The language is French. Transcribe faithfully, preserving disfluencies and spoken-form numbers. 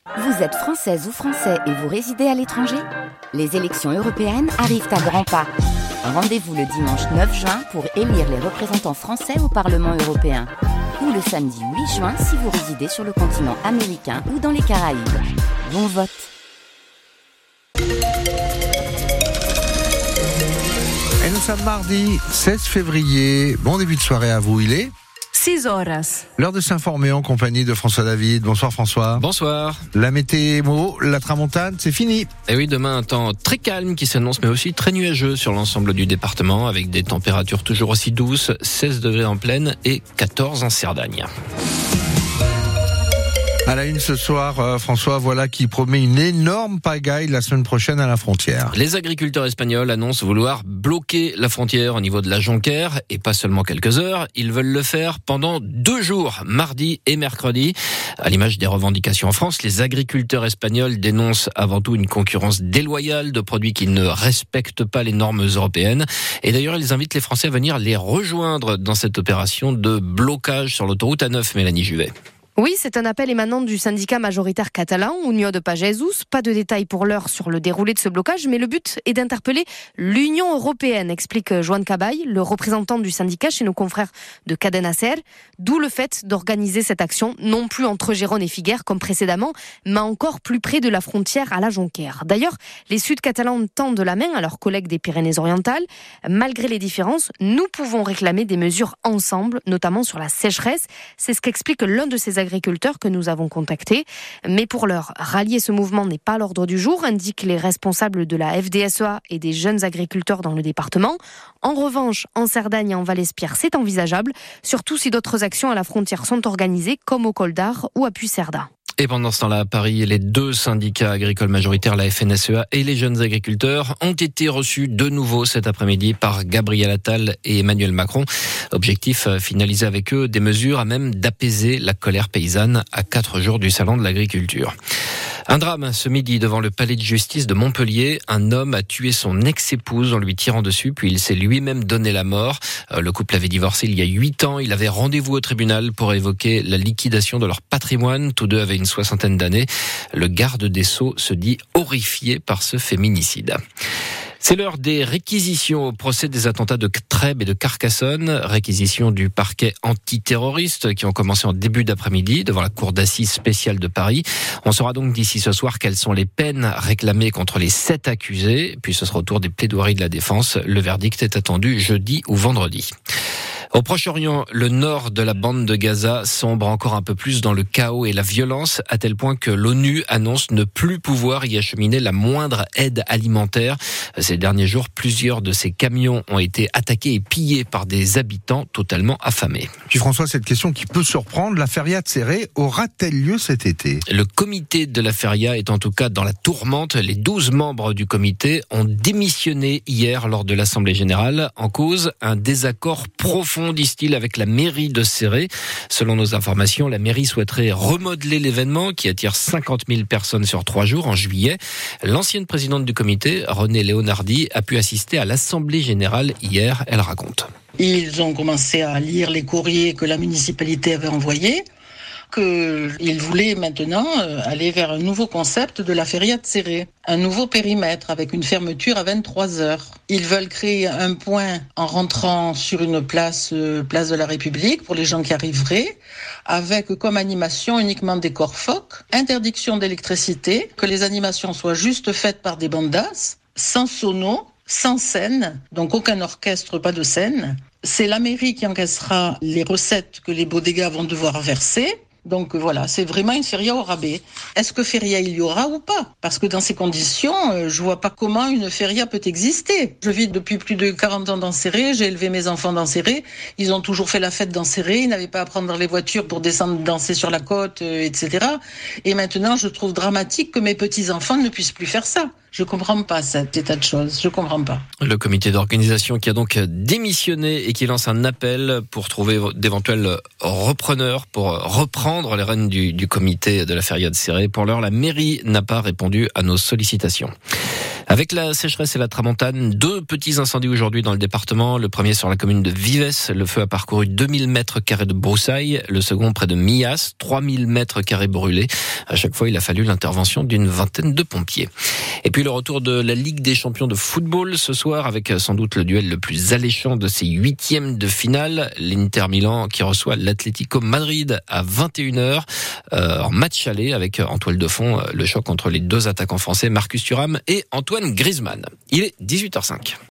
Vous êtes française ou français et vous résidez à l'étranger ? Les élections européennes arrivent à grands pas. Rendez-vous le dimanche neuf juin pour élire les représentants français au Parlement européen. Ou le samedi huit juin si vous résidez sur le continent américain ou dans les Caraïbes. Bon vote. Et nous sommes mardi seize février. Bon début de soirée à vous, il est six horas. L'heure de s'informer en compagnie de François David. Bonsoir François. Bonsoir. La météo, la tramontane, c'est fini. Et oui, demain un temps très calme qui s'annonce, mais aussi très nuageux sur l'ensemble du département, avec des températures toujours aussi douces, seize degrés en plaine et quatorze en Cerdagne. À la une ce soir, euh, François, voilà qui promet une énorme pagaille la semaine prochaine à la frontière. Les agriculteurs espagnols annoncent vouloir bloquer la frontière au niveau de la Jonquère, et pas seulement quelques heures, ils veulent le faire pendant deux jours, mardi et mercredi. À l'image des revendications en France, les agriculteurs espagnols dénoncent avant tout une concurrence déloyale de produits qui ne respectent pas les normes européennes. Et d'ailleurs, ils invitent les Français à venir les rejoindre dans cette opération de blocage sur l'autoroute A neuf, Mélanie Juvet. Oui, c'est un appel émanant du syndicat majoritaire catalan, Unió de Pagesos. Pas de détails pour l'heure sur le déroulé de ce blocage, mais le but est d'interpeller l'Union européenne, explique Joan Caball, le représentant du syndicat chez nos confrères de Cadena Ser. D'où le fait d'organiser cette action, non plus entre Gérone et Figueres comme précédemment, mais encore plus près de la frontière à la Jonquère. D'ailleurs, les Sud-Catalans tendent la main à leurs collègues des Pyrénées-Orientales. Malgré les différences, nous pouvons réclamer des mesures ensemble, notamment sur la sécheresse. C'est ce qu'explique l'un de ces agriculteurs agriculteurs que nous avons contactés. Mais pour l'heure, rallier ce mouvement n'est pas à l'ordre du jour, indiquent les responsables de la F D S E A et des jeunes agriculteurs dans le département. En revanche, en Cerdagne et en Vallespierre, c'est envisageable, surtout si d'autres actions à la frontière sont organisées, comme au Col d'Ar ou à Puigcerdà. Et pendant ce temps-là, à Paris, les deux syndicats agricoles majoritaires, la F N S E A et les jeunes agriculteurs, ont été reçus de nouveau cet après-midi par Gabriel Attal et Emmanuel Macron. Objectif, finaliser avec eux des mesures à même d'apaiser la colère paysanne à quatre jours du salon de l'agriculture. Un drame ce midi devant le palais de justice de Montpellier. Un homme a tué son ex-épouse en lui tirant dessus, puis il s'est lui-même donné la mort. Le couple avait divorcé il y a huit ans. Il avait rendez-vous au tribunal pour évoquer la liquidation de leur patrimoine. Tous deux avaient une soixantaine d'années. Le garde des Sceaux se dit horrifié par ce féminicide. C'est l'heure des réquisitions au procès des attentats de Trèbes et de Carcassonne. Réquisitions du parquet antiterroriste qui ont commencé en début d'après-midi devant la cour d'assises spéciale de Paris. On saura donc d'ici ce soir quelles sont les peines réclamées contre les sept accusés. Puis ce sera au tour des plaidoiries de la défense. Le verdict est attendu jeudi ou vendredi. Au Proche-Orient, le nord de la bande de Gaza sombre encore un peu plus dans le chaos et la violence, à tel point que l'ONU annonce ne plus pouvoir y acheminer la moindre aide alimentaire. Ces derniers jours, plusieurs de ces camions ont été attaqués et pillés par des habitants totalement affamés. Puis François, cette question qui peut surprendre, la feria de Céré aura-t-elle lieu cet été ? Le comité de la feria est en tout cas dans la tourmente. Les douze membres du comité ont démissionné hier lors de l'Assemblée générale. En cause, un désaccord profond, disent-ils, avec la mairie de Céré. Selon nos informations, la mairie souhaiterait remodeler l'événement qui attire cinquante mille personnes sur trois jours en juillet. L'ancienne présidente du comité, Renée Leonardi, a pu assister à l'Assemblée générale hier. Elle raconte. Ils ont commencé à lire les courriers que la municipalité avait envoyés, qu'ils voulaient maintenant aller vers un nouveau concept de la feria de Céré, un nouveau périmètre avec une fermeture à vingt-trois heures. Ils veulent créer un point en rentrant sur une place, place de la République pour les gens qui arriveraient, avec comme animation uniquement des corphoques, interdiction d'électricité, que les animations soient juste faites par des bandas, sans sono, sans scène, donc aucun orchestre, pas de scène. C'est la mairie qui encaissera les recettes que les bodegas vont devoir verser. Donc voilà, c'est vraiment une feria au rabais. Est-ce que feria il y aura ou pas ? Parce que dans ces conditions, je vois pas comment une feria peut exister. Je vis depuis plus de quarante ans dans Céré, j'ai élevé mes enfants dans Céré, ils ont toujours fait la fête dans Céré, ils n'avaient pas à prendre les voitures pour descendre danser sur la côte, et cetera. Et maintenant, je trouve dramatique que mes petits-enfants ne puissent plus faire ça. Je comprends pas cet état de choses, je comprends pas. Le comité d'organisation qui a donc démissionné et qui lance un appel pour trouver d'éventuels repreneurs pour reprendre les rênes du, du comité de la feria de Céré. Pour l'heure, la mairie n'a pas répondu à nos sollicitations. Avec la sécheresse et la tramontane, deux petits incendies aujourd'hui dans le département. Le premier sur la commune de Vives. Le feu a parcouru deux mille mètres carrés de broussailles. Le second près de Millas, trois mille mètres carrés brûlés. À chaque fois, il a fallu l'intervention d'une vingtaine de pompiers. Et puis le retour de la Ligue des champions de football ce soir avec sans doute le duel le plus alléchant de ces huitièmes de finale. L'Inter Milan qui reçoit l'Atlético Madrid à vingt et une heures euh, en match aller avec en toile de fond le choc entre les deux attaquants français Marcus Thuram et Antoine Griezmann. Il est dix-huit heures cinq.